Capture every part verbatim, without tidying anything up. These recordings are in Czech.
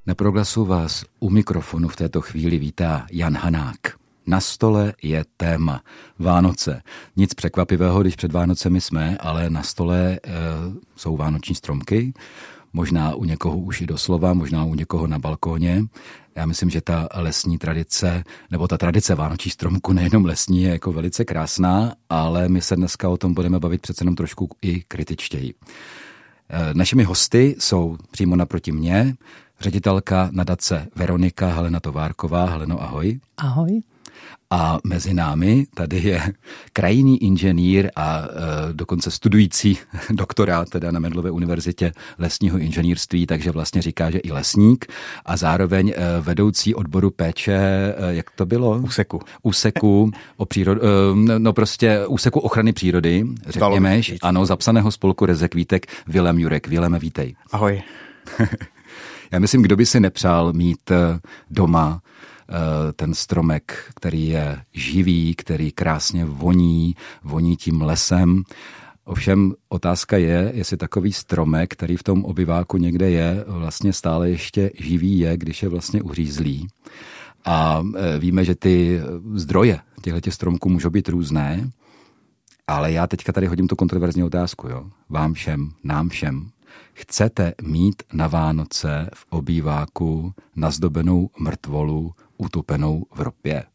Neproglasu vás u mikrofonu v této chvíli vítá Jan Hanák. Na stole je téma Vánoce. Nic překvapivého, když před Vánocemi jsme, ale na stole e, jsou vánoční stromky. Možná u někoho už i doslova, možná u někoho na balkóně. Já myslím, že ta lesní tradice, nebo ta tradice vánočních stromků nejenom lesní je jako velice krásná, ale my se dneska o tom budeme bavit přece jenom trošku i kritičtěji. Našimi hosty jsou přímo naproti mně ředitelka nadace Veronika Helena Továrková. Heleno, ahoj. Ahoj. A mezi námi tady je krajinný inženýr a e, dokonce studující doktorát teda na Mendelově univerzitě lesního inženýrství, takže vlastně říká, že i lesník a zároveň e, vedoucí odboru péče, e, jak to bylo? Úseku. Úseku o přírod, e, no prostě úseku ochrany přírody, řekněme, ano, zapsaného spolku Rezekvítek Vilém Jurek. Vileme, vítej. Ahoj. Já myslím, kdo by si nepřál mít doma ten stromek, který je živý, který krásně voní, voní tím lesem. Ovšem otázka je, jestli takový stromek, který v tom obyváku někde je, vlastně stále ještě živý je, když je vlastně uřízlý. A víme, že ty zdroje těchto stromků můžou být různé, ale já teďka tady hodím tu kontroverzní otázku, jo? Vám všem, nám všem. Chcete mít na Vánoce v obýváku nazdobenou mrtvolu utopenou v ropě?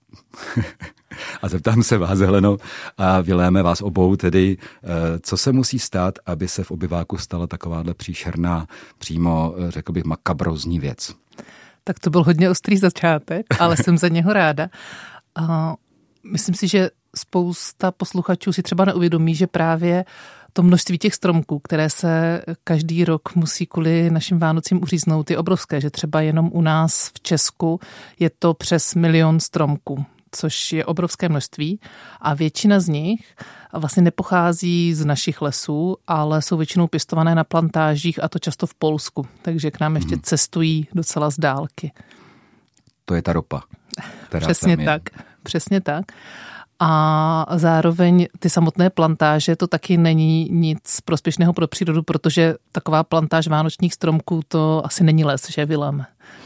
A zeptám se vás, Heleno, a Viléme, vás obou tedy, co se musí stát, aby se v obýváku stala takováhle příšerná, přímo, řekl bych, makabrozní věc? Tak to byl hodně ostrý začátek, ale jsem za něho ráda. A myslím si, že spousta posluchačů si třeba neuvědomí, že právě to množství těch stromků, které se každý rok musí kvůli našim Vánocím uříznout, je obrovské, že třeba jenom u nás v Česku je to přes milion stromků, což je obrovské množství a většina z nich vlastně nepochází z našich lesů, ale jsou většinou pěstované na plantážích a to často v Polsku, takže k nám ještě hmm. cestují docela z dálky. To je ta ropa, která Přesně tam je. tak, přesně tak. A zároveň ty samotné plantáže, to taky není nic prospěšného pro přírodu, protože taková plantáž vánočních stromků, to asi není les, že Vilém?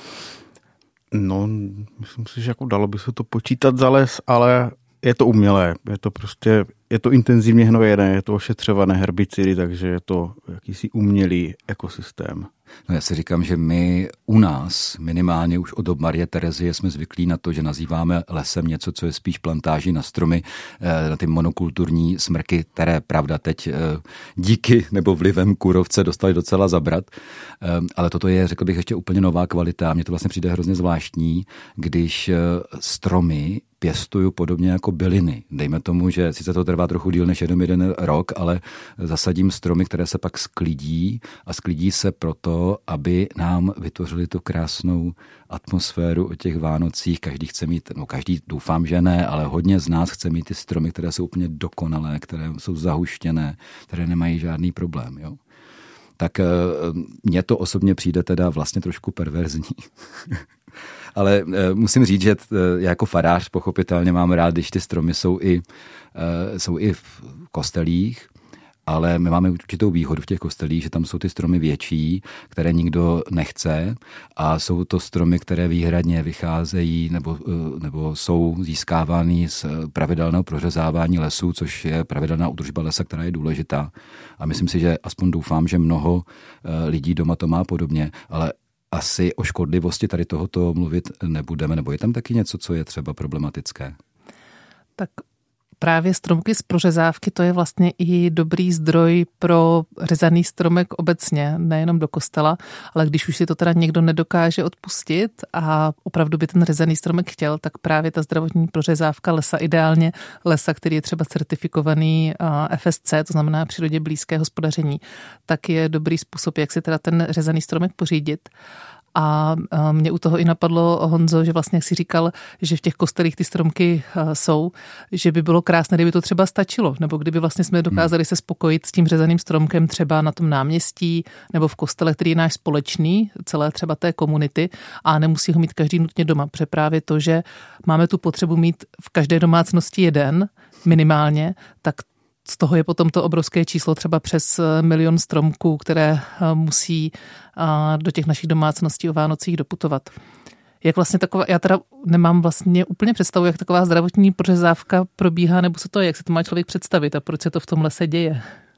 No, myslím si, že jako dalo by se to počítat za les, ale je to umělé. Je to prostě, je to intenzivně hnojené, je to ošetřované herbicidy, takže je to jakýsi umělý ekosystém. No já si říkám, že my u nás minimálně už od dob Marie Terezie jsme zvyklí na to, že nazýváme lesem něco, co je spíš plantáží na stromy, na ty monokulturní smrky, které pravda teď díky nebo vlivem kůrovce dostali docela zabrat. Ale toto je, řekl bych, ještě úplně nová kvalita. Mně to vlastně přijde hrozně zvláštní, když stromy pěstuju podobně jako byliny. Dejme tomu, že sice to trvá trochu díl než jenom jeden rok, ale zasadím stromy, které se pak sklidí a sklidí se proto, aby nám vytvořili tu krásnou atmosféru o těch Vánocích. Každý chce mít, no každý doufám, že ne, ale hodně z nás chce mít ty stromy, které jsou úplně dokonalé, které jsou zahuštěné, které nemají žádný problém, jo. Tak mně to osobně přijde teda vlastně trošku perverzní. Ale e, musím říct, že e, jako farář pochopitelně mám rád, když ty stromy jsou i, e, jsou i v kostelích, ale my máme určitou výhodu v těch kostelích, že tam jsou ty stromy větší, které nikdo nechce a jsou to stromy, které výhradně vycházejí nebo, nebo jsou získávány z pravidelného prořezávání lesů, což je pravidelná údržba lesa, která je důležitá. A myslím si, že aspoň doufám, že mnoho lidí doma to má podobně, ale asi o škodlivosti tady tohoto mluvit nebudeme, nebo je tam taky něco, co je třeba problematické? Tak právě stromky z prořezávky, to je vlastně i dobrý zdroj pro řezaný stromek obecně, nejenom do kostela, ale když už si to teda někdo nedokáže odpustit a opravdu by ten řezaný stromek chtěl, tak právě ta zdravotní prořezávka lesa, ideálně lesa, který je třeba certifikovaný F S C, to znamená přírodě blízké hospodaření, tak je dobrý způsob, jak si teda ten řezaný stromek pořídit. A mě u toho i napadlo, Honzo, že vlastně, jak jsi říkal, že v těch kostelích ty stromky jsou, že by bylo krásné, kdyby to třeba stačilo, nebo kdyby vlastně jsme dokázali se spokojit s tím řezaným stromkem třeba na tom náměstí nebo v kostele, který je náš společný, celé třeba té komunity a nemusí ho mít každý nutně doma. Protože právě to, že máme tu potřebu mít v každé domácnosti jeden minimálně, tak z toho je potom to obrovské číslo třeba přes milion stromků, které musí do těch našich domácností o Vánocích doputovat. Jak vlastně taková, já teda nemám vlastně úplně představu, jak taková zdravotní prořezávka probíhá, nebo co to je, jak se to má člověk představit a proč se to v tom lese děje?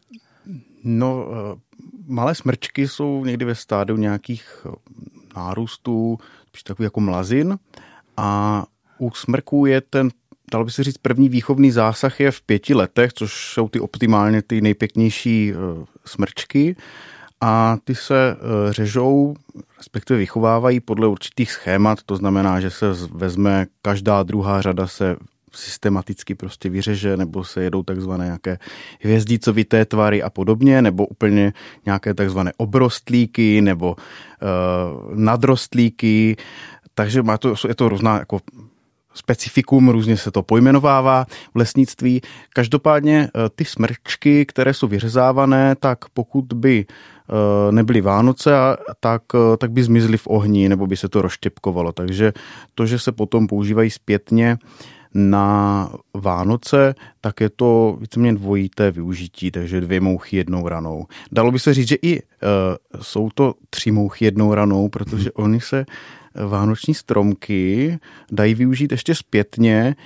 No, malé smrčky jsou někdy ve stádiu nějakých nárůstů, spíš takový jako mlazin, a u smrků je ten, dalo by se říct, první výchovný zásah je v pěti letech, což jsou ty optimálně ty nejpěknější smrčky, a ty se řežou, respektive vychovávají podle určitých schémat, to znamená, že se vezme každá druhá řada se systematicky prostě vyřeže, nebo se jedou takzvané nějaké hvězdicovité tvary a podobně, nebo úplně nějaké takzvané obrostlíky, nebo uh, nadrostlíky, takže má to, je to různá jako specifikum, různě se to pojmenovává v lesnictví. Každopádně ty smrčky, které jsou vyřezávané, tak pokud by nebyly Vánoce, tak, tak by zmizly v ohni, nebo by se to rozštěpkovalo. Takže to, že se potom používají zpětně na Vánoce, tak je to víceméně dvojité využití, takže dvě mouchy jednou ranou. Dalo by se říct, že i uh, jsou to tři mouchy jednou ranou, protože hmm. oni se vánoční stromky dají využít ještě zpětně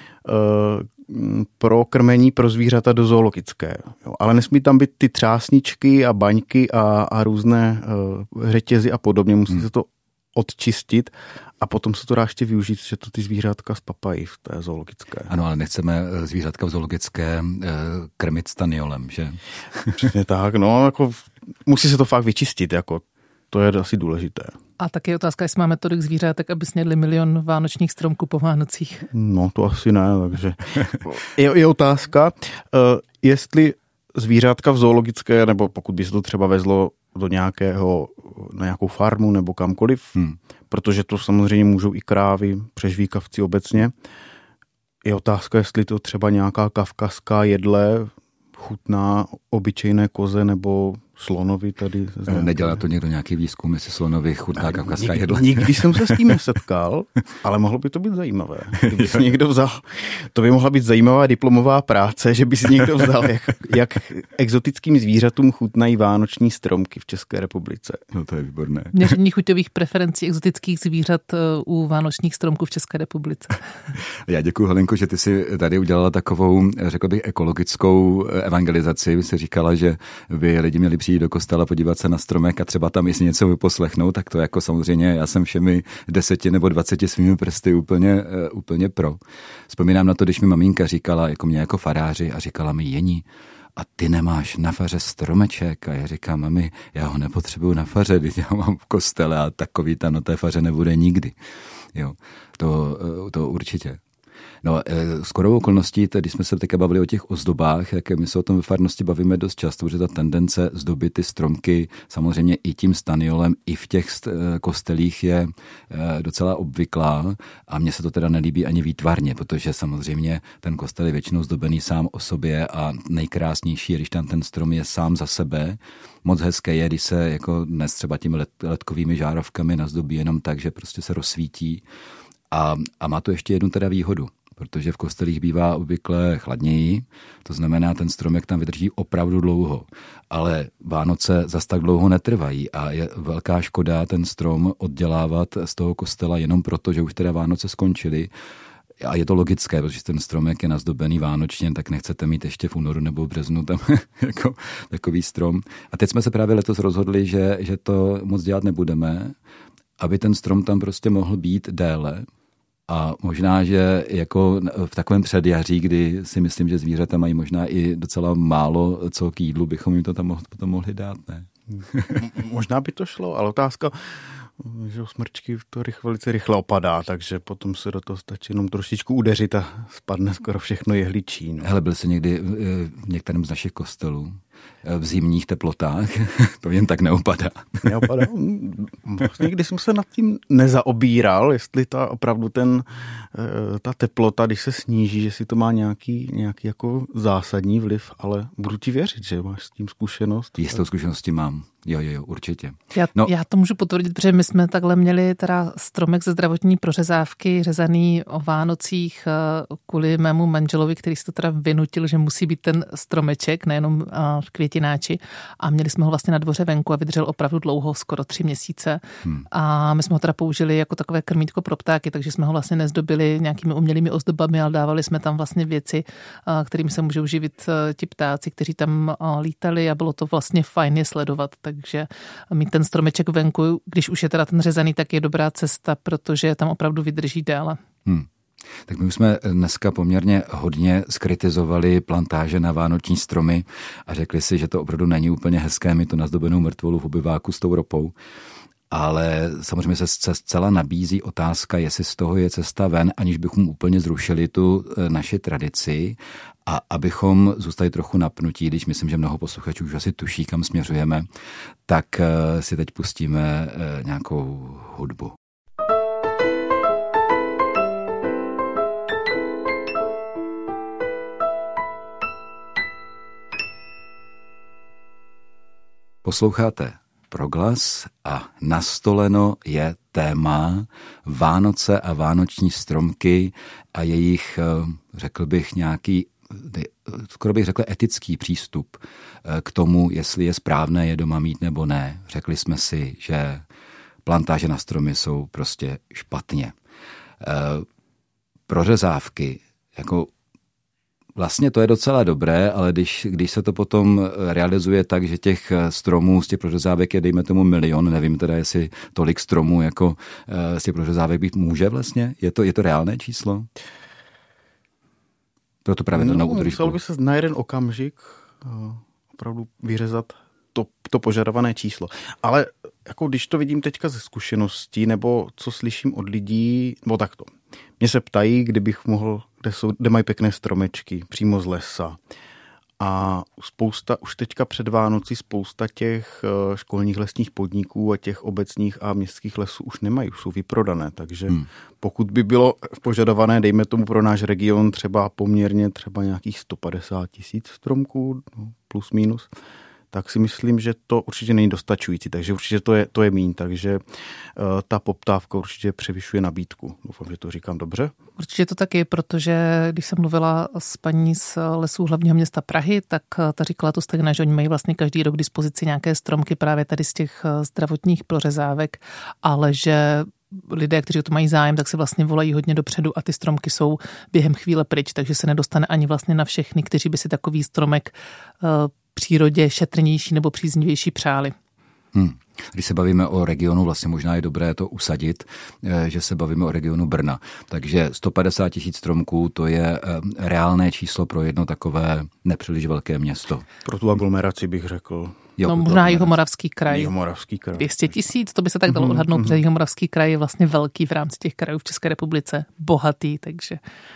uh, pro krmení pro zvířata do zoologické. Jo, ale nesmí tam být ty třásničky a baňky a, a různé uh, řetězy a podobně. Musí hmm. se to odčistit a potom se to dá ještě využít, že to ty zvířátka spapají v té zoologické. Ano, ale nechceme zvířátka v zoologické krmit staniolem, že? Přesně tak, no, jako musí se to fakt vyčistit, jako to je asi důležité. A taky je otázka, jestli máme tolik zvířátek, aby snědli milion vánočních stromků po Vánocích. No, to asi ne, takže je, je otázka, jestli zvířátka v zoologické, nebo pokud by se to třeba vezlo do nějakého, na nějakou farmu nebo kamkoliv, hmm. protože to samozřejmě můžou i krávy, přežvíkavci obecně. Je otázka, jestli to třeba nějaká kavkazská jedle chutná obyčejné koze nebo slonovi tady. Nedělá to někdo nějaký výzkum, jestli slonovi chutná kavkazská jedle? Nikdy jsem se s tím nesetkal, ale mohlo by to být zajímavé. Kdyby si někdo vzal, to by mohla být zajímavá diplomová práce, že by si někdo vzal, jak, jak exotickým zvířatům chutnají vánoční stromky v České republice. No to je výborné. Měření chuťových preferencí exotických zvířat u vánočních stromků v České republice. Já děkuji, Helenko, že ty si tady udělala takovou, řekl bych, ekologickou evangelizaci. Vy jsi říkala, že by lidi měli přijít do kostela, podívat se na stromek a třeba tam i si něco vyposlechnout, tak to jako samozřejmě já jsem všemi deseti nebo dvaceti svými prsty úplně, úplně pro. Vzpomínám na to, když mi maminka říkala, jako mě jako faráři, a říkala mi: Jení, a ty nemáš na faře stromeček? A já říkám: mami, já ho nepotřebuju na faře, když já mám v kostele a takový tam na té faře nebude nikdy. Jo, to, to určitě. No, skoro okolností, když jsme se teďka bavili o těch ozdobách, jak my se o tom ve farnosti bavíme dost často, že ta tendence zdobit ty stromky samozřejmě i tím staniolem, i v těch kostelích je docela obvyklá a mně se to teda nelíbí ani výtvarně, protože samozřejmě ten kostel je většinou zdobený sám o sobě a nejkrásnější je, když tam ten strom je sám za sebe. Moc hezké je, když se jako dnes třeba těmi let, letkovými žárovkami nazdobí jenom tak, že prostě se rozsvítí. A, a má to ještě jednu teda výhodu, protože v kostelích bývá obvykle chladněji, to znamená, ten stromek tam vydrží opravdu dlouho, ale Vánoce zas tak dlouho netrvají a je velká škoda ten strom oddělávat z toho kostela jenom proto, že už teda Vánoce skončily. A je to logické, protože ten stromek je nazdobený vánočně, tak nechcete mít ještě v únoru nebo v březnu tam jako takový strom. A teď jsme se právě letos rozhodli, že, že to moc dělat nebudeme, aby ten strom tam prostě mohl být déle. A možná, že jako v takovém předjaří, kdy si myslím, že zvířata mají možná i docela málo co k jídlu, bychom jim to tam mohli, potom mohli dát, ne? Možná by to šlo, ale otázka, že smrčky to rychle, velice rychle opadá, takže potom se do toho stačí jenom trošičku udeřit a spadne skoro všechno jehličí. No. Hele, byl jsi někdy v některém z našich kostelů v zimních teplotách. To jen tak neopadá. Neopadá. Vlastně, když jsem se nad tím nezaobíral, jestli ta opravdu ten, ta teplota, když se sníží, že si to má nějaký, nějaký jako zásadní vliv, ale budu ti věřit, že máš s tím zkušenost. Jistou zkušenosti mám. Jo, jo, jo, určitě. Já, no. já to můžu potvrdit, protože my jsme takhle měli teda stromek ze zdravotní prořezávky řezaný o Vánocích kvůli mému manželovi, který si to teda vynutil, že musí být ten stromeček, nejenom v květináči. A měli jsme ho vlastně na dvoře venku a vydržel opravdu dlouho, skoro tři měsíce. Hmm. A my jsme ho teda použili jako takové krmítko pro ptáky, takže jsme ho vlastně nezdobili nějakými umělými ozdobami, ale dávali jsme tam vlastně věci, kterými se můžou živit ti ptáci, kteří tam lítali a bylo to vlastně fajn je sledovat. Takže mít ten stromeček venku, když už je teda ten řezaný, tak je dobrá cesta, protože tam opravdu vydrží déle. Hmm. Tak my už jsme dneska poměrně hodně skritizovali plantáže na vánoční stromy a řekli si, že to opravdu není úplně hezké mít tu nazdobenou mrtvolu v obyváku s tou ropou. Ale samozřejmě se zcela nabízí otázka, jestli z toho je cesta ven, aniž bychom úplně zrušili tu naši tradici a abychom zůstali trochu napnutí, když myslím, že mnoho posluchačů už asi tuší, kam směřujeme, tak si teď pustíme nějakou hudbu. Posloucháte Proglas a nastoleno je téma Vánoce a vánoční stromky a jejich, řekl bych, nějaký, skoro bych řekl, etický přístup k tomu, jestli je správné je doma mít nebo ne. Řekli jsme si, že plantáže na stromy jsou prostě špatně. Prořezávky, jako vlastně to je docela dobré, ale když, když se to potom realizuje tak, že těch stromů z těch prořezávek je, dejme tomu, milion, nevím teda, jestli tolik stromů jako z těch prořezávek být může vlastně? Je to, je to reálné číslo? Proto právě no, to na údržbu. Musel by se na jeden okamžik uh, opravdu vyřezat to, to požadované číslo. Ale jako když to vidím teďka ze zkušeností, nebo co slyším od lidí, nebo takto. Mě se ptají, kdybych mohl, kde, jsou, kde mají pěkné stromečky, přímo z lesa. A spousta, už teďka před Vánocí spousta těch školních lesních podniků a těch obecních a městských lesů už nemají, už jsou vyprodané. Takže hmm. pokud by bylo požadované, dejme tomu pro náš region třeba poměrně třeba nějakých sto padesát tisíc stromků, plus minus, tak si myslím, že to určitě není dostačující, takže určitě to je, to je míň, takže uh, ta poptávka určitě převyšuje nabídku. Doufám, že to říkám dobře. Určitě to taky, protože když jsem mluvila s paní z lesů hlavního města Prahy, tak ta říkala to stejné, že oni mají vlastně každý rok k dispozici nějaké stromky právě tady z těch zdravotních prořezávek, ale že lidé, kteří to mají zájem, tak se vlastně volají hodně dopředu a ty stromky jsou během chvíle pryč, takže se nedostane ani vlastně na všechny, kteří by si takový stromek uh, přírodě šetrnější nebo příznivější přáli. Hmm. Když se bavíme o regionu, vlastně možná je dobré to usadit, že se bavíme o regionu Brna. Takže sto padesát tisíc stromků, to je reálné číslo pro jedno takové nepříliš velké město. Pro tu aglomeraci bych řekl. Jo, no možná Jihomoravský kraj. Jihomoravský kraj. dvě stě tisíc, to by se tak dalo odhadnout, mm-hmm. protože Jihomoravský kraj je vlastně velký v rámci těch krajů v České republice, bohatý, takže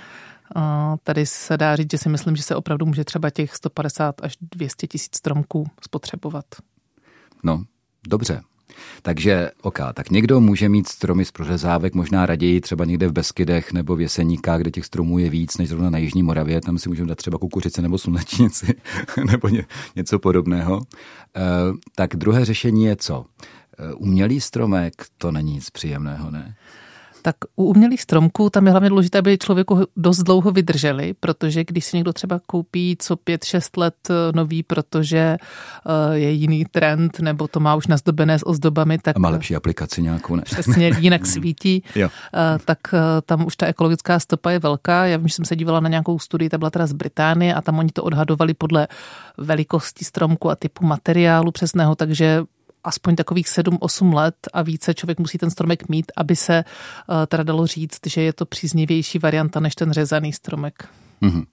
tady se dá říct, že si myslím, že se opravdu může třeba těch sto padesát až dvě stě tisíc stromků spotřebovat. No, dobře. Takže, ok, tak někdo může mít stromy z prořezávek, možná raději třeba někde v Beskydech nebo v Jeseníkách, kde těch stromů je víc než zrovna na Jižní Moravě, tam si můžeme dát třeba kukuřice nebo slunečnici nebo ně, něco podobného. E, tak druhé řešení je co? E, umělý stromek, to není nic příjemného, ne? Tak u umělých stromků tam je hlavně důležité, aby člověku dost dlouho vydrželi, protože když si někdo třeba koupí co pět šest let nový, protože je jiný trend, nebo to má už nazdobené s ozdobami, tak... A má lepší aplikaci nějakou, ne? Přesně, jinak svítí, jo. Tak tam už ta ekologická stopa je velká. Já vím, že jsem se dívala na nějakou studii, ta byla teda z Británie a tam oni to odhadovali podle velikosti stromku a typu materiálu přesného, takže aspoň takových sedm osm let a více člověk musí ten stromek mít, aby se uh, teda dalo říct, že je to příznivější varianta než ten řezaný stromek. Mm-hmm.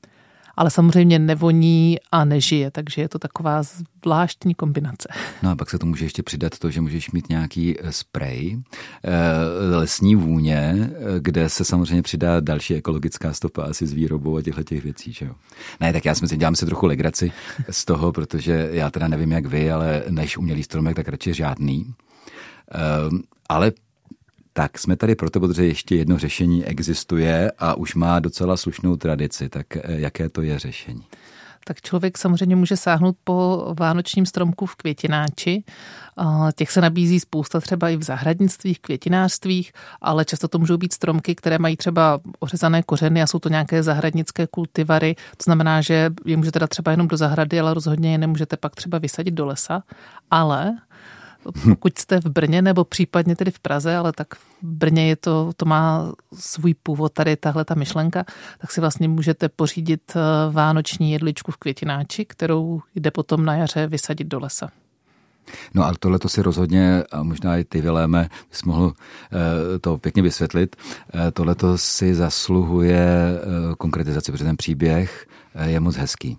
Ale samozřejmě nevoní a nežije, takže je to taková zvláštní kombinace. No a pak se to může ještě přidat to, že můžeš mít nějaký sprej lesní vůně, kde se samozřejmě přidá další ekologická stopa asi s výrobou a těchto těch věcí, že jo. Ne, tak já si myslím, dělám si trochu legraci z toho, protože já teda nevím jak vy, ale než umělý stromek, tak radši žádný. Um, ale tak jsme tady proto, protože ještě jedno řešení existuje a už má docela slušnou tradici. Tak jaké to je řešení? Tak člověk samozřejmě může sáhnout po vánočním stromku v květináči. Těch se nabízí spousta třeba i v zahradnictvích, květinářstvích, ale často to můžou být stromky, které mají třeba ořezané kořeny a jsou to nějaké zahradnické kultivary. To znamená, že je můžete dát třeba jenom do zahrady, ale rozhodně je nemůžete pak třeba vysadit do lesa. Ale pokud jste v Brně nebo případně tedy v Praze, ale tak v Brně je to, to má svůj původ, tady tahle ta myšlenka, tak si vlastně můžete pořídit vánoční jedličku v květináči, kterou jde potom na jaře vysadit do lesa. No ale tohle to si rozhodně, a možná i ty, Viléme, bys mohl to pěkně vysvětlit, tohle to si zasluhuje konkretizaci, protože ten příběh je moc hezký.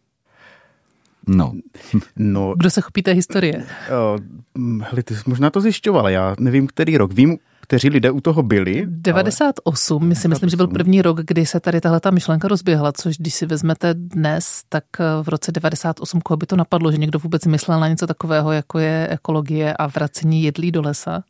No. no. Kdo se chopí té historie? Hele, ty jsi možná to zjišťovala, já nevím, který rok. Vím, kteří lidé u toho byli. devadesát osm, my si myslím, že byl první rok, kdy se tady tahleta myšlenka rozběhla, což když si vezmete dnes, tak v roce devadesát osm, koho by to napadlo, že někdo vůbec myslel na něco takového, jako je ekologie a vracení jedlí do lesa?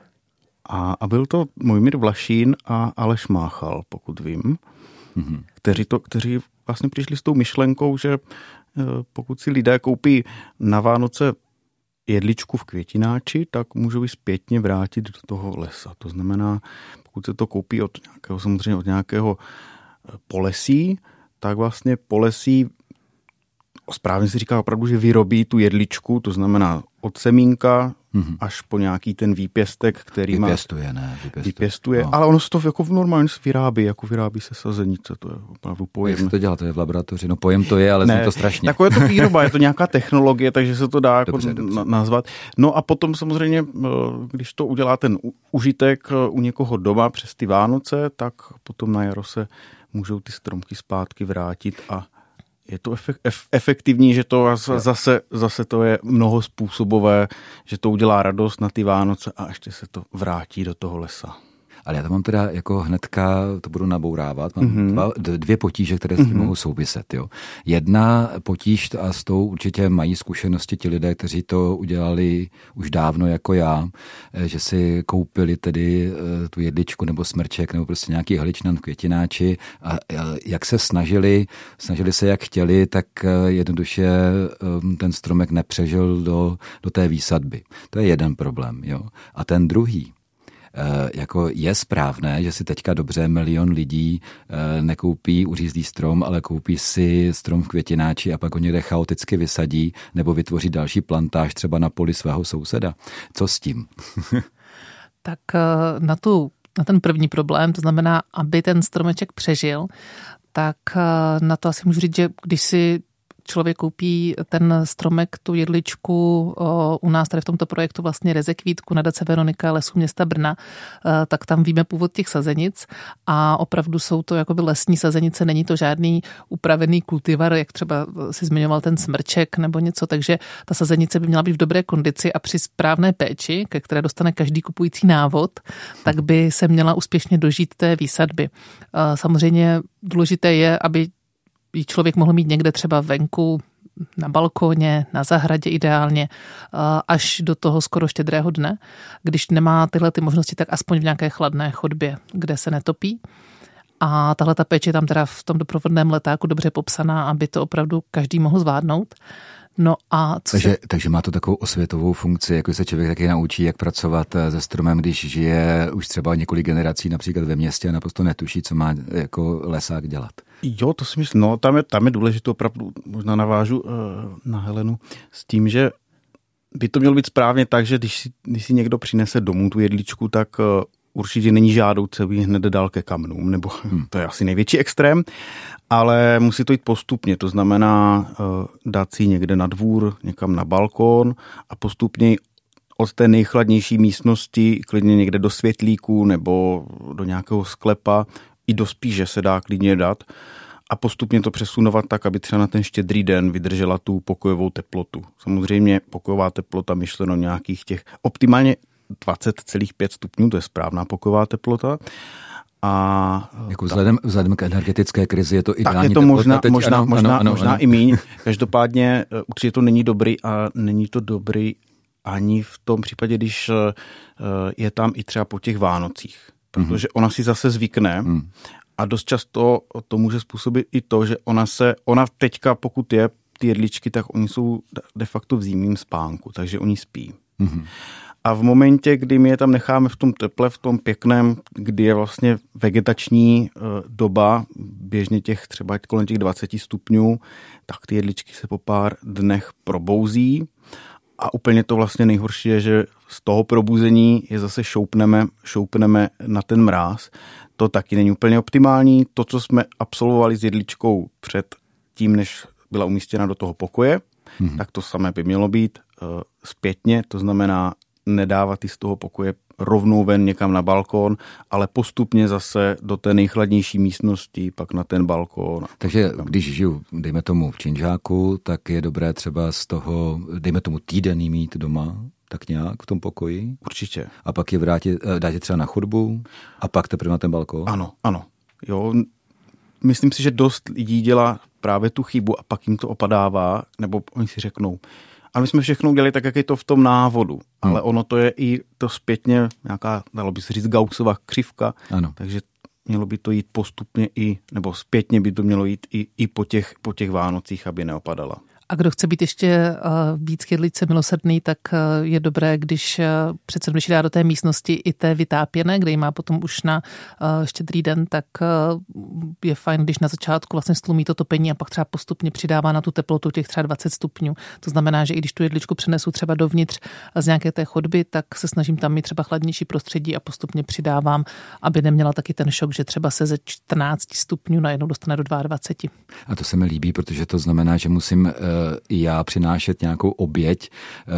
A, a byl to Mojmír Vlašín a Aleš Máchal, pokud vím, mm-hmm. kteří, to, kteří vlastně přišli s tou myšlenkou, že pokud si lidé koupí na Vánoce jedličku v květináči, tak můžou ji zpětně vrátit do toho lesa. To znamená, pokud se to koupí od nějakého, samozřejmě od nějakého polesí, tak vlastně polesí, správně si říká opravdu, že vyrobí tu jedličku, to znamená od semínka mm-hmm. až po nějaký ten výpěstek, který vypěstuje, má... Ne, vypěstuje, vypěstuje. No. Ale ono se to jako normálně vyrábí, jako vyrábí se sazenice, to je opravdu pojem. Jak se to dělá, to je v laboratoři? No pojem to je, ale zní to strašně. Takové je to výroba, je to nějaká technologie, takže se to dá dobře, jako dobře. nazvat. No a potom samozřejmě, když to udělá ten užitek u někoho doma přes ty Vánoce, tak potom na jaro se můžou ty stromky zpátky vrátit a je to efektivní, že to zase, zase to je mnohospůsobové, že to udělá radost na ty Vánoce a ještě se to vrátí do toho lesa. Ale já to mám teda jako hnedka, to budu nabourávat, mám mm-hmm. dva, dvě potíže, které s tím mm-hmm. mohou souviset. Jo. Jedna potíž, a s tou určitě mají zkušenosti ti lidé, kteří to udělali už dávno jako já, že si koupili tedy tu jedličku nebo smrček nebo prostě nějaký hličnan v květináči a jak se snažili, snažili se jak chtěli, tak jednoduše ten stromek nepřežil do, do té výsadby. To je jeden problém. Jo. A ten druhý, jako je správné, že si teďka dobře milion lidí nekoupí uřízlý strom, ale koupí si strom v květináči a pak ho někde chaoticky vysadí nebo vytvoří další plantáž třeba na poli svého souseda. Co s tím? Tak na, tu, na ten první problém, to znamená, aby ten stromeček přežil, tak na to asi můžu říct, že když si člověk koupí ten stromek, tu jedličku u nás tady v tomto projektu vlastně Rezekvítku nadace Veronika Lesů města Brna, tak tam víme původ těch sazenic a opravdu jsou to jakoby lesní sazenice, není to žádný upravený kultivar, jak třeba si zmiňoval ten smrček nebo něco, takže ta sazenice by měla být v dobré kondici a při správné péči, ke které dostane každý kupující návod, tak by se měla úspěšně dožít té výsadby. Samozřejmě důležité je, aby ji člověk mohl mít někde třeba venku, na balkóně, na zahradě ideálně, až do toho skoro štědrého dne. Když nemá tyhle ty možnosti, tak aspoň v nějaké chladné chodbě, kde se netopí. A tahle ta péče je tam teda v tom doprovodném letáku dobře popsaná, aby to opravdu každý mohl zvládnout. No a co takže, se... takže má to takovou osvětovou funkci, jako se člověk taky naučí, jak pracovat se stromem, když žije už třeba několik generací například ve městě a naprosto netuší, co má jako lesák dělat. Jo, to si myslím, no tam je, tam je důležité opravdu, možná navážu uh, na Helenu, s tím, že by to mělo být správně tak, že když si, když si někdo přinese domů tu jedličku, tak uh, určitě není žádoucí, aby hned dal ke kamnům, nebo hmm. to je asi největší extrém, ale musí to jít postupně, to znamená uh, dát si někde na dvůr, někam na balkón a postupně od té nejchladnější místnosti klidně někde do světlíku nebo do nějakého sklepa i do spíže se dá klidně dát a postupně to přesunovat tak, aby třeba na ten štědrý den vydržela tu pokojovou teplotu. Samozřejmě pokojová teplota myšleno nějakých těch optimálně dvacet celá pět stupňů, to je správná pokojová teplota. A jako vzhledem, vzhledem k energetické krizi je to ideální. Tak je to možná, teď, možná, ano, možná, ano, ano, možná ano. i míň. Každopádně určitě to není dobrý a není to dobrý ani v tom případě, když je tam i třeba po těch Vánocích. Protože mm-hmm. ona si zase zvykne mm. a dost často to může způsobit i to, že ona se, ona teďka, pokud je ty jedličky, tak oni jsou de facto v zimním spánku, takže oni spí. Mm-hmm. A v momentě, kdy my je tam necháme v tom teple, v tom pěkném, kdy je vlastně vegetační doba, běžně těch třeba kolem těch dvacet stupňů, tak ty jedličky se po pár dnech probouzí. A úplně to vlastně nejhorší je, že z toho probuzení je zase šoupneme, šoupneme na ten mráz. To taky není úplně optimální. To, co jsme absolvovali s jedličkou před tím, než byla umístěna do toho pokoje, hmm. tak to samé by mělo být uh, zpětně, to znamená nedávat ji z toho pokoje rovnou ven někam na balkón, ale postupně zase do té nejchladnější místnosti, pak na ten balkón. Takže když žiju, dejme tomu v činžáku, tak je dobré třeba z toho, dejme tomu týden jí mít doma, tak nějak v tom pokoji? Určitě. A pak je vrátit, dát je třeba na chodbu a pak teprve na ten balkón? Ano, ano. Jo, myslím si, že dost lidí dělá právě tu chybu a pak jim to opadává, nebo oni si řeknou, ale my jsme všechno udělali tak, jak je to v tom návodu. Hmm. Ale ono to je i to zpětně nějaká, dalo by se říct, Gaussova křivka. Ano. Takže mělo by to jít postupně i, nebo zpětně by to mělo jít i, i po, těch, po těch Vánocích, aby neopadala. A kdo chce být ještě víc k jedličce milosrdný, tak je dobré, když přece když dá do té místnosti i té vytápěné, kde ji má potom už na štědrý den, tak je fajn, když na začátku vlastně stlumí to topení a pak třeba postupně přidává na tu teplotu těch třeba dvacet stupňů. To znamená, že i když tu jedličku přenesu třeba dovnitř z nějaké té chodby, tak se snažím tam mít třeba chladnější prostředí a postupně přidávám, aby neměla taky ten šok, že třeba se ze čtrnáct stupňů najednou dostane do dvacet dva. A to se mi líbí, protože to znamená, že musím i já přinášet nějakou oběť,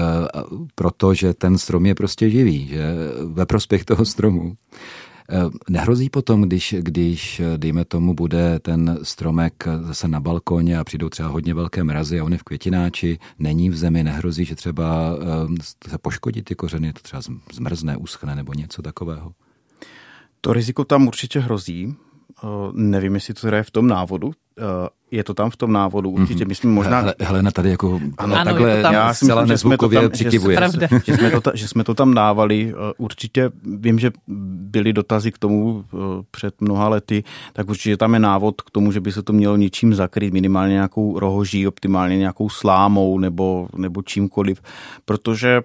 protože ten strom je prostě živý, že ve prospěch toho stromu. Nehrozí potom, když, když, dejme tomu, bude ten stromek zase na balkóně a přijdou třeba hodně velké mrazy a on je v květináči, není v zemi, nehrozí, že třeba se poškodí ty kořeny, to třeba zmrzne, uschne nebo něco takového? To riziko tam určitě hrozí. Nevím, jestli to je v tom návodu. Je to tam v tom návodu, určitě. My jsme možná... Hele, Helena tady jako ano, takhle tam, já zcela nezvukově přikivuje. Že, že, jsme to, že jsme to tam dávali. Určitě vím, že byly dotazy k tomu před mnoha lety, tak určitě tam je návod k tomu, že by se to mělo něčím zakryt, minimálně nějakou rohoží, optimálně nějakou slámou nebo, nebo čímkoliv, protože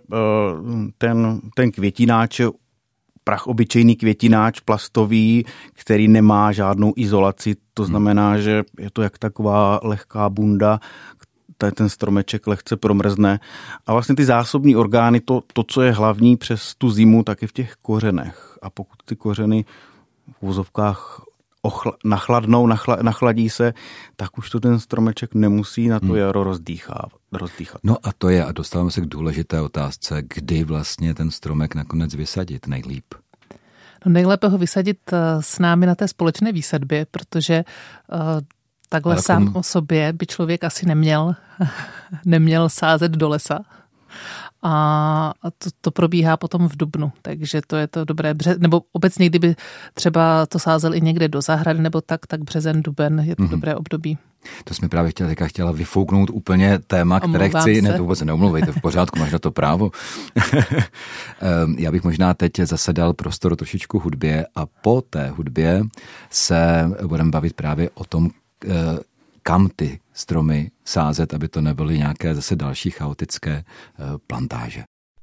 ten, ten květináč je prach obyčejný květináč plastový, který nemá žádnou izolaci. To znamená, že je to jak taková lehká bunda, ten stromeček lehce promrzne. A vlastně ty zásobní orgány, to, to, co je hlavní přes tu zimu, tak je v těch kořenech. A pokud ty kořeny v uvozovkách ochla, nachladnou, nachla, nachladí se, tak už to ten stromeček nemusí na to hmm. jaro rozdýchat. rozdýchat. No a to je, a dostáváme se k důležité otázce, kdy vlastně ten stromek nakonec vysadit nejlíp? No nejlépe ho vysadit s námi na té společné výsadbě, protože uh, takhle Ale sám tom... o sobě by člověk asi neměl, neměl sázet do lesa. A to, to probíhá potom v dubnu, takže to je to dobré. Nebo obecně, kdyby třeba to sázel i někde do zahrady nebo tak, tak březen, duben je to mm-hmm. dobré období. To jsme právě chtěla, teďka chtěla vyfouknout úplně téma, které Omlouvám chci, se. Ne, to vůbec neomlouvejte, v pořádku, máš na to právo. Já bych možná teď zase dal prostor trošičku hudbě a po té hudbě se budeme bavit právě o tom, kam ty stromy sázet, aby to nebyly nějaké zase další chaotické plantáže.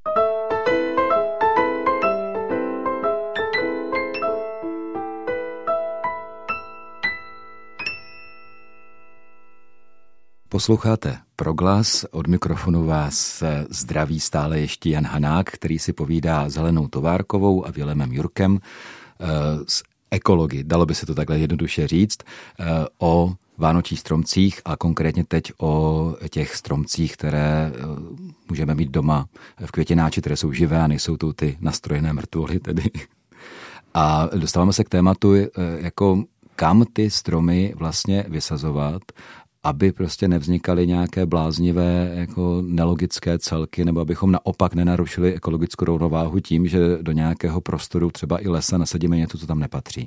Posloucháte Proglas, od mikrofonu vás zdraví stále ještě Jan Hanák, který si povídá s Helenou Továrkovou a Vilémem Jurkem z ekology, dalo by se to takhle jednoduše říct, o vánočních stromcích a konkrétně teď o těch stromcích, které můžeme mít doma v květináči, které jsou živé a nejsou to ty nastrojené mrtvoly tedy. A dostáváme se k tématu jako kam ty stromy vlastně vysazovat, aby prostě nevznikaly nějaké bláznivé jako nelogické celky, nebo abychom naopak nenarušili ekologickou rovnováhu tím, že do nějakého prostoru třeba i lesa nasadíme něco, co tam nepatří.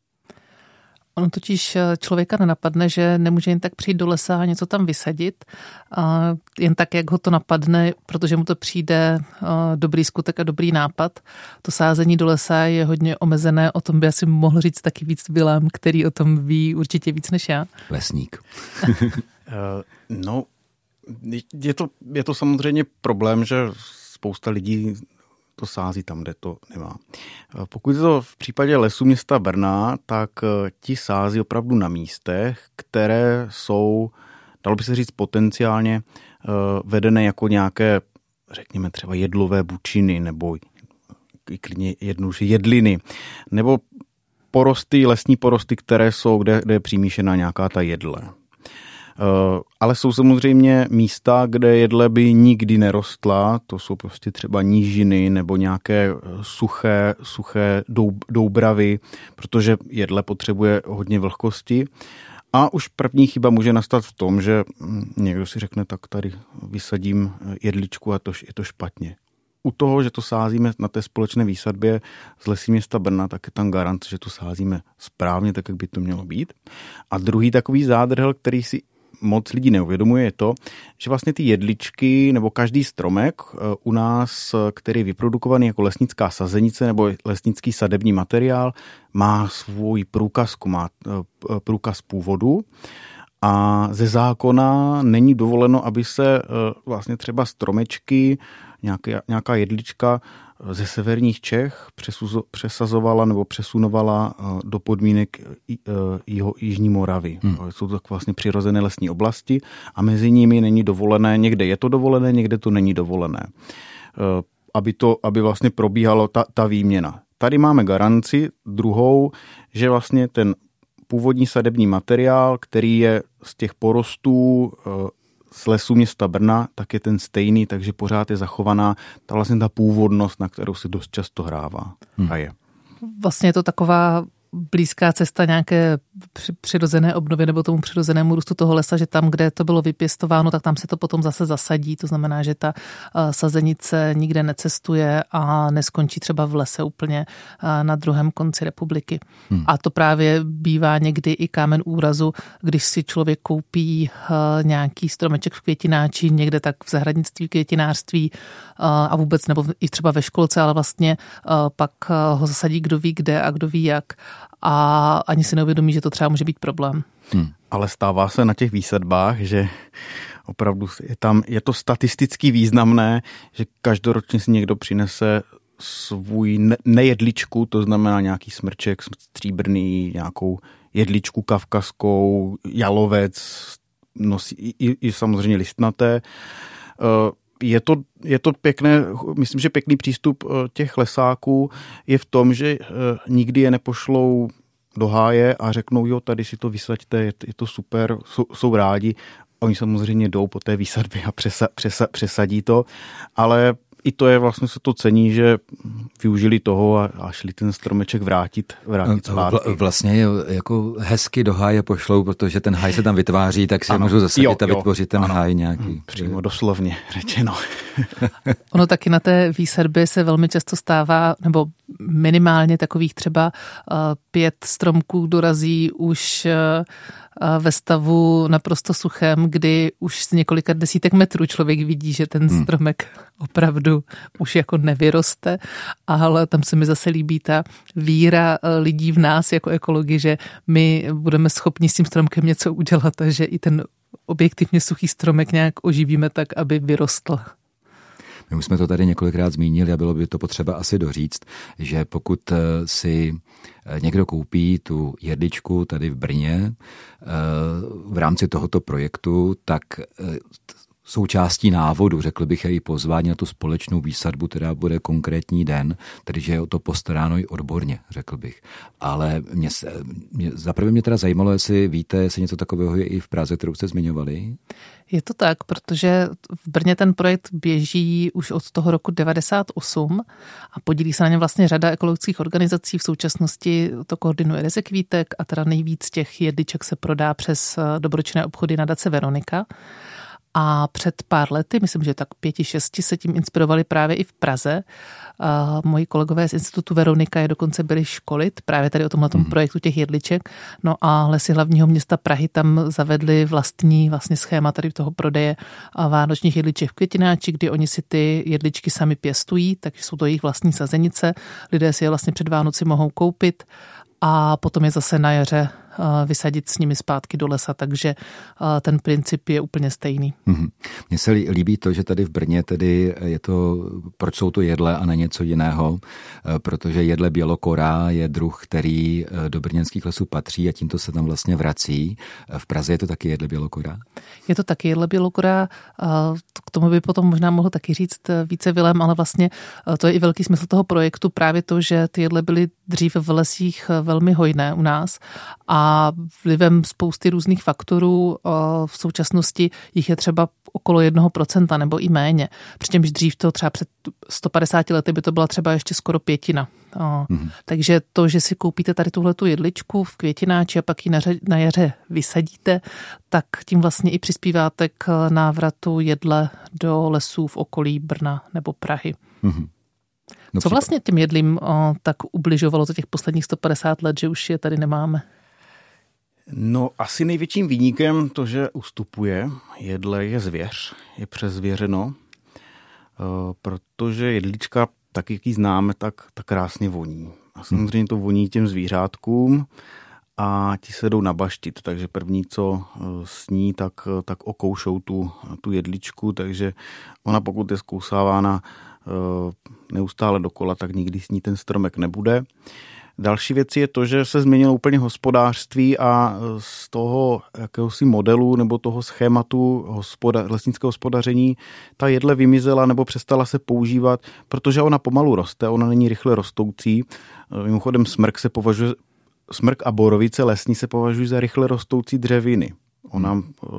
Ono totiž člověka nenapadne, že nemůže jen tak přijít do lesa a něco tam vysadit, a jen tak, jak ho to napadne, protože mu to přijde dobrý skutek a dobrý nápad. To sázení do lesa je hodně omezené, o tom by asi mohl říct taky víc Vilém, který o tom ví určitě víc než já. Lesník. No, je to, je to samozřejmě problém, že spousta lidí to sází tam, kde to nemá. Pokud je to v případě Lesů města Brna, tak ti sází opravdu na místech, které jsou, dalo by se říct, potenciálně vedené jako nějaké, řekněme třeba jedlové bučiny, nebo klidně jednoduše jedliny, nebo porosty, lesní porosty, které jsou, kde, kde je přimíšená nějaká ta jedle. Ale jsou samozřejmě místa, kde jedle by nikdy nerostla, to jsou prostě třeba nížiny nebo nějaké suché, suché doubravy, protože jedle potřebuje hodně vlhkosti. A už první chyba může nastat v tom, že někdo si řekne, tak tady vysadím jedličku a to je to špatně. U toho, že to sázíme na té společné výsadbě z Lesí města Brna, tak je tam garant, že to sázíme správně, tak jak by to mělo být. A druhý takový zádrhel, který si moc lidí neuvědomuje, je to, že vlastně ty jedličky nebo každý stromek u nás, který je vyprodukovaný jako lesnická sazenice nebo lesnický sadební materiál, má svůj průkazku, má průkaz původu a ze zákona není dovoleno, aby se vlastně třeba stromečky, nějaká, nějaká jedlička ze severních Čech přesazovala nebo přesunovala do podmínek jeho Jižní Moravy. Hmm. Jsou to tak vlastně přirozené lesní oblasti a mezi nimi není dovolené, někde je to dovolené, někde to není dovolené. Aby, to, aby vlastně probíhalo ta, ta výměna. Tady máme garanci druhou, že vlastně ten původní sadební materiál, který je z těch porostů z Lesů města Brna, tak je ten stejný, takže pořád je zachovaná ta vlastně ta původnost, na kterou se dost často hrává hmm. a je. Vlastně je to taková blízká cesta nějaké přirozené obnovy nebo tomu přirozenému růstu toho lesa, že tam, kde to bylo vypěstováno, tak tam se to potom zase zasadí. To znamená, že ta sazenice nikde necestuje a neskončí třeba v lese úplně na druhém konci republiky. Hmm. A to právě bývá někdy i kámen úrazu, když si člověk koupí nějaký stromeček v květináči, někde tak v zahradnictví, květinářství a vůbec, nebo i třeba ve školce, ale vlastně pak ho zasadí kdo ví kde a kdo ví jak. A ani si neuvědomí, že to třeba může být problém. Hmm. Ale stává se na těch výsadbách, že opravdu je tam, je to statisticky významné, že každoročně si někdo přinese svůj ne- nejedličku, to znamená nějaký smrček stříbrný, nějakou jedličku kavkazskou, jalovec, nosí, i, i samozřejmě listnaté. Je to, je to pěkné, myslím, že pěkný přístup těch lesáků je v tom, že nikdy je nepošlou do háje a řeknou, jo, tady si to vysaďte, je, je to super, jsou, jsou rádi. Oni samozřejmě jdou po té výsadbě a přesa, přesa, přesadí to, ale i to je vlastně, se to cení, že využili toho a, a šli ten stromeček vrátit, vrátit zpátky. Vlastně jako hezky do háje pošlou, protože ten háj se tam vytváří, tak si ano, můžou zasadit jo, a vytvořit ten ano, háj nějaký. Přímo doslovně řečeno. Ono taky na té výsadbě se velmi často stává, nebo minimálně takových třeba pět stromků dorazí už ve stavu naprosto suchém, kdy už z několika desítek metrů člověk vidí, že ten hmm. stromek opravdu už jako nevyroste, ale tam se mi zase líbí ta víra lidí v nás jako ekologi, že my budeme schopni s tím stromkem něco udělat a že i ten objektivně suchý stromek nějak oživíme tak, aby vyrostl. My už jsme to tady několikrát zmínili a bylo by to potřeba asi doříct, že pokud si někdo koupí tu jedličku tady v Brně v rámci tohoto projektu, tak součástí návodu, řekl bych, i pozvání na tu společnou výsadbu, která bude konkrétní den, tedy že je o to postaráno i odborně, řekl bych. Ale mě, mě, zaprvé mě teda zajímalo, jestli víte, jestli něco takového je i v Praze, kterou jste zmiňovali? Je to tak, protože v Brně ten projekt běží už od toho roku devadesát osm a podílí se na něm vlastně řada ekologických organizací. V současnosti to koordinuje Rezek Vítek a teda nejvíc těch jedliček se prodá přes dobročinné obchody nadace Veronika. A před pár lety, myslím, že tak pěti, šesti, se tím inspirovali právě i v Praze. A moji kolegové z Institutu Veronika je dokonce byli školit právě tady o tomhletom mm. projektu těch jedliček. No a Lesy hlavního města Prahy tam zavedli vlastní vlastně schéma tady toho prodeje vánočních jedliček v Květináči, kdy oni si ty jedličky sami pěstují, takže jsou to jejich vlastní sazenice. Lidé si je vlastně před Vánoci mohou koupit a potom je zase na jaře vysadit s nimi zpátky do lesa, takže ten princip je úplně stejný. Mm-hmm. Mně se líbí to, že tady v Brně tedy je to, proč jsou to jedle a ne něco jiného, protože jedle bělokora je druh, který do brněnských lesů patří a tímto se tam vlastně vrací. V Praze je to taky jedle bělokora? Je to taky jedle bělokora, k tomu by potom možná mohl taky říct více Vilém, ale vlastně to je i velký smysl toho projektu, právě to, že ty jedle byly dřív v lesích velmi hojné u nás a a vlivem spousty různých faktorů v současnosti jich je třeba okolo jednoho procenta nebo i méně. Přičemž dřív to třeba před sto padesáti lety by to byla třeba ještě skoro pětina. Mm-hmm. Takže to, že si koupíte tady tuhletu jedličku v Květináči a pak ji na, ře, na jaře vysadíte, tak tím vlastně i přispíváte k návratu jedle do lesů v okolí Brna nebo Prahy. Mm-hmm. No, co vlastně těm jedlím o, tak ubližovalo za těch posledních sto padesát let, že už je tady nemáme? No asi největším viníkem to, že ustupuje jedle, je zvěř, je přezvěřeno, protože jedlička, tak jak ji známe, tak, tak krásně voní. A samozřejmě to voní těm zvířátkům a ti se jdou nabaštit, takže první, co sní, tak, tak okoušou tu, tu jedličku, takže ona pokud je zkousávána neustále dokola, tak nikdy s ní ten stromek nebude. Další věc je to, že se změnilo úplně hospodářství a z toho jakéhosi modelu nebo toho schématu hospoda- lesnického hospodaření ta jedle vymizela nebo přestala se používat, protože ona pomalu roste, ona není rychle rostoucí. Mimochodem smrk se považuje, smrk a borovice lesní se považují za rychle rostoucí dřeviny. Ona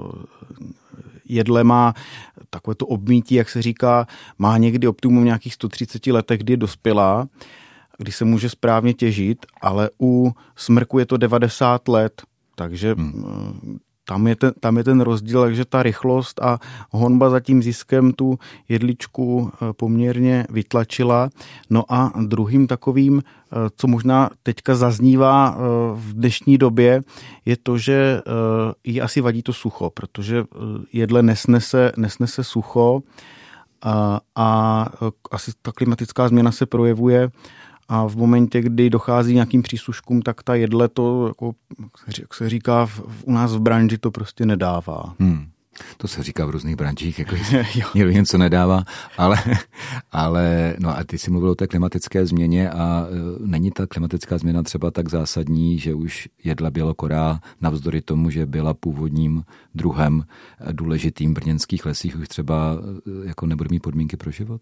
jedle má takové to obmítí, jak se říká, má někdy optimum nějakých sto třicet letech, kdy je dospělá, kdy se může správně těžit, ale u smrku je to devadesát let, takže hmm. tam, je ten, tam je ten rozdíl, takže ta rychlost a honba za tím ziskem tu jedličku poměrně vytlačila. No a druhým takovým, co možná teďka zaznívá v dnešní době, je to, že jí asi vadí to sucho, protože jedle nesnese, nesnese sucho a, a asi ta klimatická změna se projevuje a v momentě, kdy dochází nějakým přísuškům, tak ta jedle to, jako, jak se říká v, u nás v branži, to prostě nedává. Hmm. To se říká v různých branžích, jako někdo něco nedává, ale, ale no a ty jsi mluvil o té klimatické změně a není ta klimatická změna třeba tak zásadní, že už jedla bělokora navzdory tomu, že byla původním druhem důležitým v brněnských lesích, už třeba jako nebude mít podmínky pro život?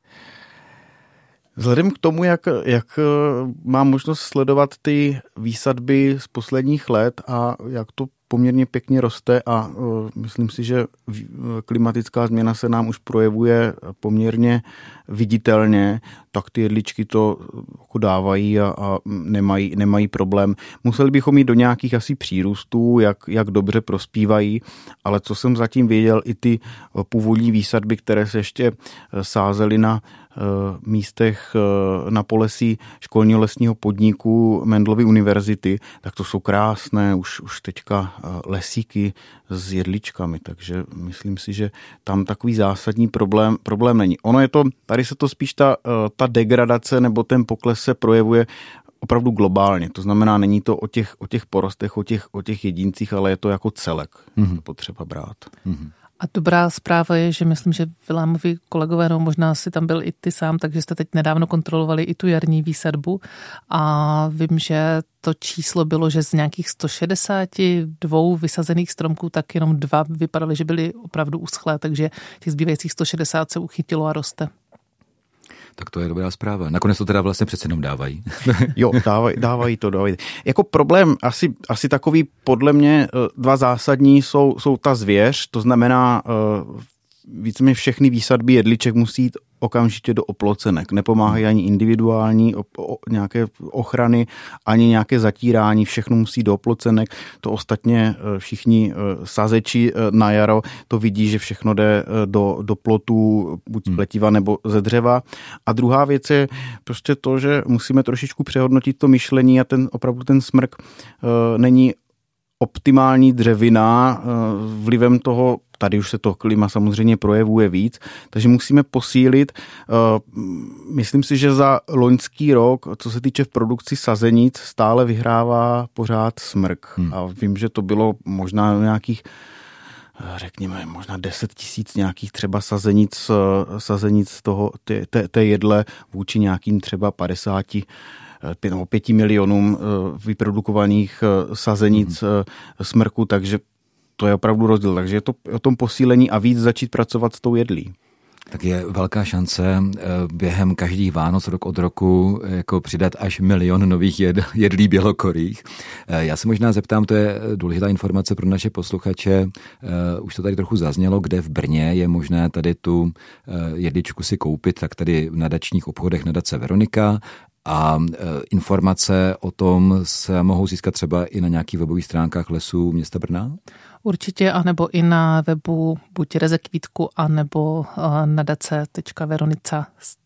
Vzhledem k tomu, jak, jak mám možnost sledovat ty výsadby z posledních let a jak to poměrně pěkně roste a uh, myslím si, že klimatická změna se nám už projevuje poměrně viditelně, tak ty jedličky to jako dávají a, a nemají, nemají problém. Museli bychom jít do nějakých asi přírůstů, jak, jak dobře prospívají, ale co jsem zatím věděl, i ty původní výsadby, které se ještě sázely na místech na polesí školního lesního podniku Mendelovy univerzity, tak to jsou krásné už, už teďka lesíky s jedličkami, takže myslím si, že tam takový zásadní problém, problém není. Ono je to, tady se to spíš ta, ta degradace nebo ten pokles se projevuje opravdu globálně, to znamená, není to o těch, o těch porostech, o těch, o těch jedincích, ale je to jako celek, mm-hmm. to potřeba brát. Mm-hmm. A dobrá zpráva je, že myslím, že Vilémovi kolegové, no možná si tam byl i ty sám, takže jste teď nedávno kontrolovali i tu jarní výsadbu a vím, že to číslo bylo, že z nějakých sto šedesát dva vysazených stromků tak jenom dva vypadaly, že byly opravdu uschlé, takže těch zbývajících sto šedesát se uchytilo a roste. Tak to je dobrá zpráva. Nakonec to teda vlastně přece jenom dávají. Jo, dávají, dávají to, dávají. Jako problém asi, asi takový podle mě dva zásadní jsou, jsou ta zvěř, to znamená víceméně všechny výsadby jedliček musí jít okamžitě do oplocenek. Nepomáhají ani individuální o, o, nějaké ochrany, ani nějaké zatírání, všechno musí do oplocenek. To ostatně všichni sazeči na jaro to vidí, že všechno jde do, do plotů, buď z pletiva nebo ze dřeva. A druhá věc je prostě to, že musíme trošičku přehodnotit to myšlení a ten opravdu ten smrk uh, není optimální dřevina uh, vlivem toho. Tady už se to klima samozřejmě projevuje víc, takže musíme posílit. Myslím si, že za loňský rok, co se týče v produkci sazenic, stále vyhrává pořád smrk. Hmm. A vím, že to bylo možná nějakých, řekněme, možná deset tisíc nějakých třeba sazenic, sazenic toho, té, té jedle vůči nějakým třeba padesáti nebo pěti milionům vyprodukovaných sazenic hmm. smrku, takže to je opravdu rozdíl, takže je to o tom posílení a víc začít pracovat s tou jedlí. Tak je velká šance během každých Vánoc rok od roku jako přidat až milion nových jed, jedlí bělokorých. Já se možná zeptám, to je důležitá informace pro naše posluchače, už to tady trochu zaznělo, kde v Brně je možné tady tu jedličku si koupit, tak tady v nadačních obchodech nadace Veronika. A informace o tom se mohou získat třeba i na nějakých webových stránkách Lesů města Brna? Určitě, anebo i na webu buď Rezekvítku, anebo nadace tečka veronica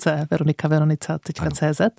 tečka cé zet.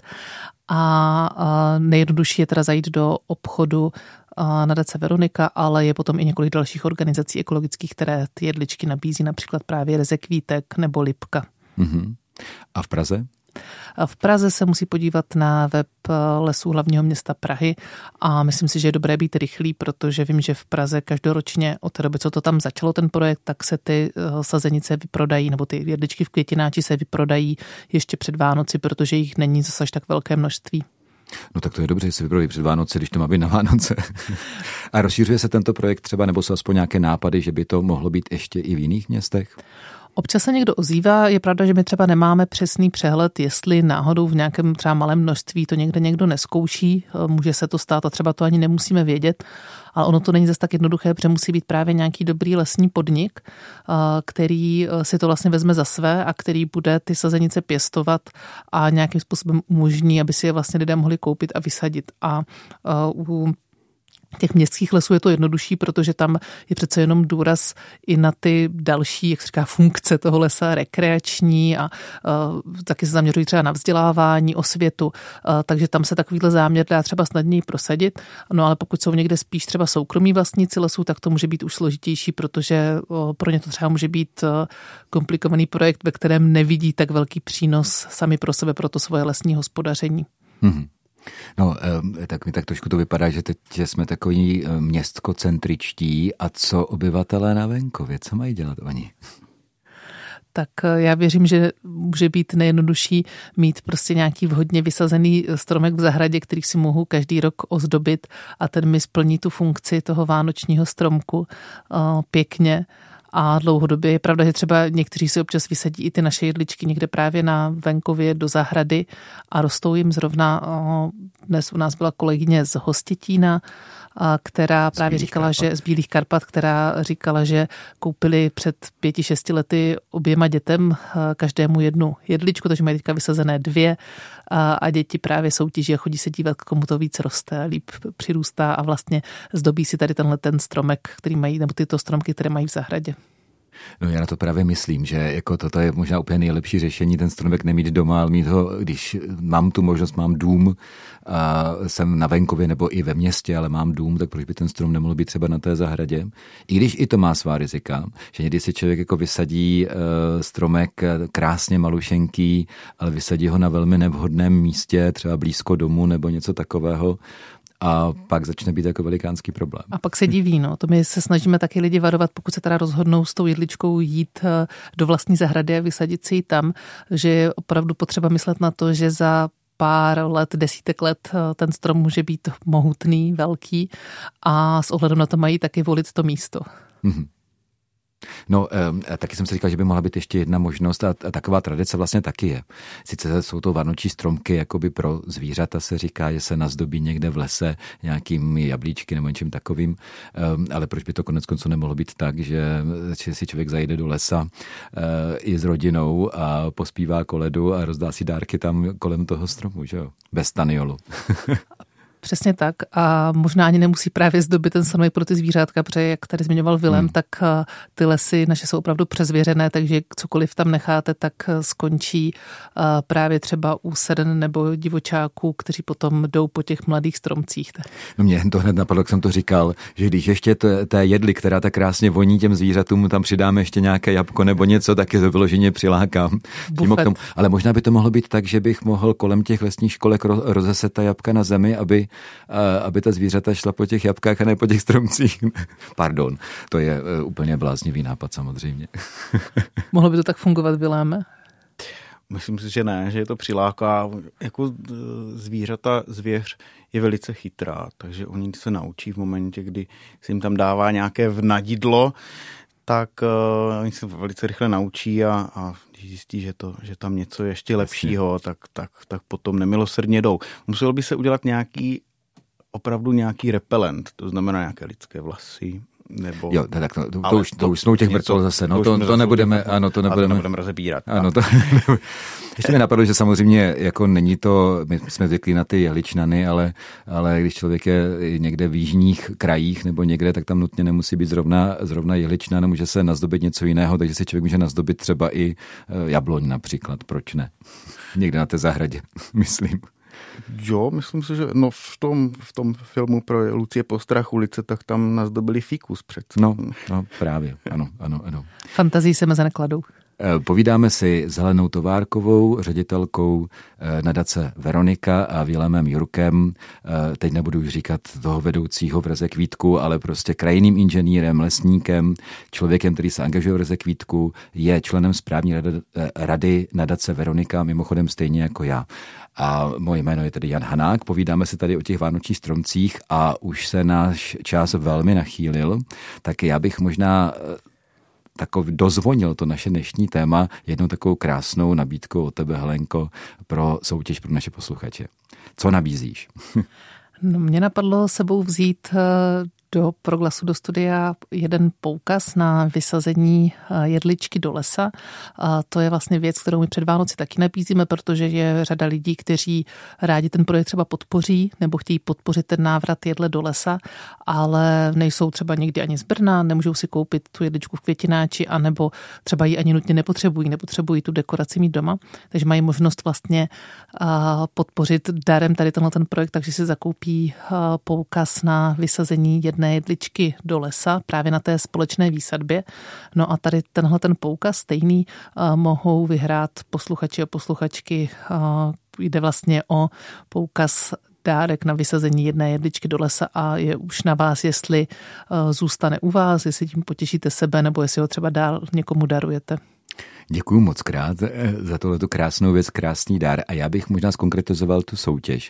A nejjednodušší je teda zajít do obchodu nadace Veronika, ale je potom i několik dalších organizací ekologických, které ty jedličky nabízí, například právě Rezekvítek nebo Lipka. Mm-hmm. A v Praze? V Praze se musí podívat na web Lesů hlavního města Prahy a myslím si, že je dobré být rychlý, protože vím, že v Praze každoročně od té doby, co to tam začalo ten projekt, tak se ty sazenice vyprodají, nebo ty jedličky v květináči se vyprodají ještě před Vánoci, protože jich není zase až tak velké množství. No tak to je dobře, že se vyprodají před Vánoci, když to má být na Vánoce. A rozšířuje se tento projekt třeba, nebo jsou aspoň nějaké nápady, že by to mohlo být ještě i v jiných městech? Občas se někdo ozývá, je pravda, že my třeba nemáme přesný přehled, jestli náhodou v nějakém třeba malém množství to někde někdo neskouší, může se to stát a třeba to ani nemusíme vědět, ale ono to není zase tak jednoduché, protože musí být právě nějaký dobrý lesní podnik, který si to vlastně vezme za své a který bude ty sazenice pěstovat a nějakým způsobem umožní, aby si je vlastně lidé mohli koupit a vysadit. A u těch městských lesů je to jednodušší, protože tam je přece jenom důraz i na ty další, jak se říká, funkce toho lesa, rekreační a uh, taky se zaměřují třeba na vzdělávání, osvětu, uh, takže tam se takovýhle záměr dá třeba snadněji prosadit. No ale pokud jsou někde spíš třeba soukromí vlastníci lesů, tak to může být už složitější, protože uh, pro ně to třeba může být uh, komplikovaný projekt, ve kterém nevidí tak velký přínos sami pro sebe, pro to svoje lesní hospodaření. Mm-hmm. No, tak mi tak trošku to vypadá, že teď jsme takový městskocentričtí a co obyvatelé na venkově, co mají dělat oni? Tak já věřím, že může být nejjednodušší mít prostě nějaký vhodně vysazený stromek v zahradě, který si mohu každý rok ozdobit a ten mi splní tu funkci toho vánočního stromku pěkně. A dlouhodobě je pravda, že třeba někteří si občas vysadí i ty naše jedličky někde právě na venkově do zahrady a rostou jim zrovna, dnes u nás byla kolegyně z Hostětína, která právě říkala, Karpat. že z Bílých Karpat, která říkala, že koupili před pěti, šesti lety oběma dětem každému jednu jedličku, takže mají teďka vysazené dvě a děti právě soutěží a chodí se dívat, komu to víc roste, líp přirůstá a vlastně zdobí si tady tenhle ten stromek, který mají, nebo tyto stromky, které mají v zahradě. No já na to právě myslím, že jako toto je možná úplně nejlepší řešení, ten stromek nemít doma, ale mít ho, když mám tu možnost, mám dům, a jsem na venkově nebo i ve městě, ale mám dům, tak proč by ten strom nemohl být třeba na té zahradě? I když i to má svá rizika, že někdy si člověk jako vysadí stromek krásně malušenký, ale vysadí ho na velmi nevhodném místě, třeba blízko domu nebo něco takového, a pak začne být jako velikánský problém. A pak se diví, no. To my se snažíme taky lidi varovat, pokud se teda rozhodnou s tou jedličkou jít do vlastní zahrady a vysadit si ji tam, že je opravdu potřeba myslet na to, že za pár let, desítek let ten strom může být mohutný, velký a s ohledem na to mají taky volit to místo. Mm-hmm. No, e, taky jsem si říkal, že by mohla být ještě jedna možnost a, a taková tradice vlastně taky je. Sice jsou to vánoční stromky jakoby pro zvířata, se říká, že se nazdobí někde v lese nějakými jablíčky nebo něčím takovým, e, ale proč by to konec konců nemohlo být tak, že si člověk zajde do lesa e, i s rodinou a pospívá koledu a rozdá si dárky tam kolem toho stromu, že jo? Bez staniolu. Přesně tak a možná ani nemusí právě zdobit ten strom pro ty zvířátka, protože jak tady zmiňoval Vilém, hmm. tak ty lesy naše jsou opravdu přezvěřené, takže cokoliv tam necháte, tak skončí právě třeba u seden nebo divočáků, kteří potom jdou po těch mladých stromcích. No mě to hned napadlo, jak jsem to říkal, že když ještě té, té jedli, která tak krásně voní těm zvířatům, tam přidáme ještě nějaké jabko nebo něco, tak je to vyloženě přilákám. K tomu. Ale možná by to mohlo být tak, že bych mohl kolem těch lesních školek rozeset ta jabka na zemi, aby aby ta zvířata šla po těch jabkách a ne po těch stromcích. Pardon, to je úplně bláznivý nápad samozřejmě. Mohlo by to tak fungovat, Viléme? Myslím si, že ne, že je to přiláká. Jako zvířata, zvěř je velice chytrá, takže oni se naučí v momentě, kdy se jim tam dává nějaké vnadidlo, tak uh, oni se velice rychle naučí a, a když zjistí, že, to, že tam něco je ještě lepšího, tak, tak, tak potom nemilosrdně jdou. Muselo by se udělat nějaký, opravdu nějaký repelent, to znamená nějaké lidské vlasy, nebo... Jo, tak to, to, to, už, to už jsou těch mrtvol zase, no to, to, to nebudeme, ano, to nebudeme... To nebudeme rozebírat. Ano, to, ještě mi napadlo, že samozřejmě jako není to, my jsme zvyklí na ty jehličnany, ale, ale když člověk je někde v jižních krajích nebo někde, tak tam nutně nemusí být zrovna, zrovna jehličnana, může se nazdobit něco jiného, takže si člověk může nazdobit třeba i jabloň například, proč ne? Někde na té zahradě, myslím. Jo, myslím si, že no v tom, v tom filmu pro Lucie Postrach ulice, tak tam nazdobili fikus přece. No, no právě, ano, ano, ano. Fantazii se meze nekladou. Povídáme si s Helenou Továrkovou, ředitelkou nadace Veronika a Vilémem Jurkem. Teď nebudu už říkat toho vedoucího v Rezekvítku, ale prostě krajinným inženýrem, lesníkem, člověkem, který se angažuje v Rezekvítku, je členem správní rady, rady nadace Veronika, mimochodem stejně jako já. A moje jméno je tedy Jan Hanák, povídáme si tady o těch vánočních stromcích a už se náš čas velmi nachýlil, tak já bych možná takov dozvonil to naše dnešní téma jednou takovou krásnou nabídkou od tebe, Helenko, pro soutěž pro naše posluchače. Co nabízíš? No, mě napadlo sebou vzít do Proglasu do studia jeden poukaz na vysazení jedličky do lesa. A to je vlastně věc, kterou my před Vánoci taky nabízíme, protože je řada lidí, kteří rádi ten projekt třeba podpoří nebo chtějí podpořit ten návrat jedle do lesa, ale nejsou třeba někdy ani z Brna, nemůžou si koupit tu jedličku v květináči, anebo třeba ji ani nutně nepotřebují, nepotřebují tu dekoraci mít doma, takže mají možnost vlastně podpořit darem tady tenhle ten projekt, takže si zakoupí poukaz na vysazení jedné jedličky do lesa právě na té společné výsadbě. No a tady tenhle ten poukaz stejný uh, mohou vyhrát posluchači a posluchačky. Uh, jde vlastně o poukaz dárek na vysazení jedné jedličky do lesa a je už na vás, jestli uh, zůstane u vás, jestli tím potěšíte sebe nebo jestli ho třeba dál někomu darujete. Děkuju moc krát za tohleto krásnou věc, krásný dár a já bych možná zkonkretizoval tu soutěž.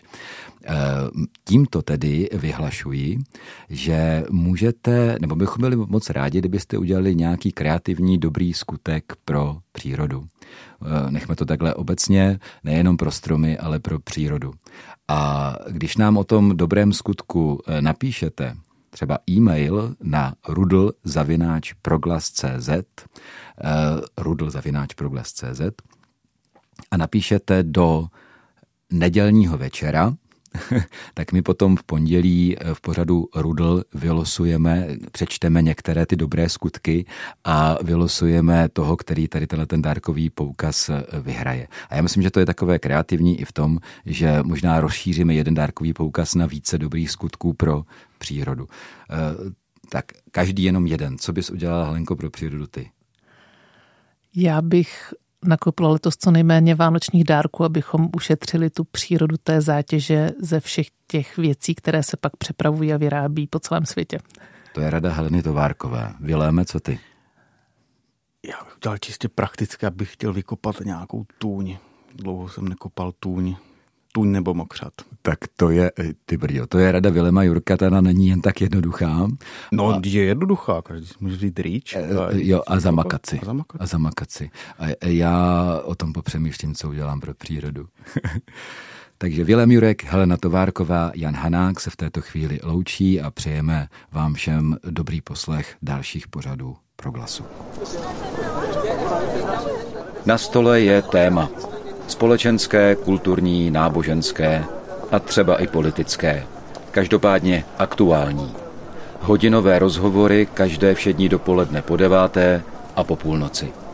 Tímto tedy vyhlašuji, že můžete, nebo bychom byli moc rádi, kdybyste udělali nějaký kreativní dobrý skutek pro přírodu. Nechme to takhle obecně, nejenom pro stromy, ale pro přírodu. A když nám o tom dobrém skutku napíšete, třeba e-mail na rudl zavináč proglas tečka cé zet, rudl zavináč proglas tečka cé zet a napíšete do nedělního večera, tak my potom v pondělí v pořadu Rudl vylosujeme, přečteme některé ty dobré skutky a vylosujeme toho, který tady tenhle ten dárkový poukaz vyhraje. A já myslím, že to je takové kreativní i v tom, že možná rozšíříme jeden dárkový poukaz na více dobrých skutků pro přírodu. Tak každý jenom jeden. Co bys udělala, Helenko, pro přírodu ty? Já bych nakoupilo letos co nejméně vánočních dárků, abychom ušetřili tu přírodu té zátěže ze všech těch věcí, které se pak přepravují a vyrábí po celém světě. To je rada Heleny Továrkové. Viléme, co ty? Já bych udělal čistě prakticky, abych chtěl vykopat nějakou tůň. Dlouho jsem nekopal tůň. Tůň nebo mokřat. Tak to je, ty brďo, to je rada Vilema Jurka, ta není jen tak jednoduchá. No, a, je jednoduchá, každý si může říct rýč. A, jo, a zamakat si. A zamakat. A zamakat si. A já o tom popřemýšlím, co udělám pro přírodu. Takže Vilém Jurek, Helena Továrková, Jan Hanák se v této chvíli loučí a přejeme vám všem dobrý poslech dalších pořadů Proglasu. Na stole je téma. Společenské, kulturní, náboženské a třeba i politické. Každopádně aktuální. Hodinové rozhovory každé všední dopoledne po deváté a po půlnoci.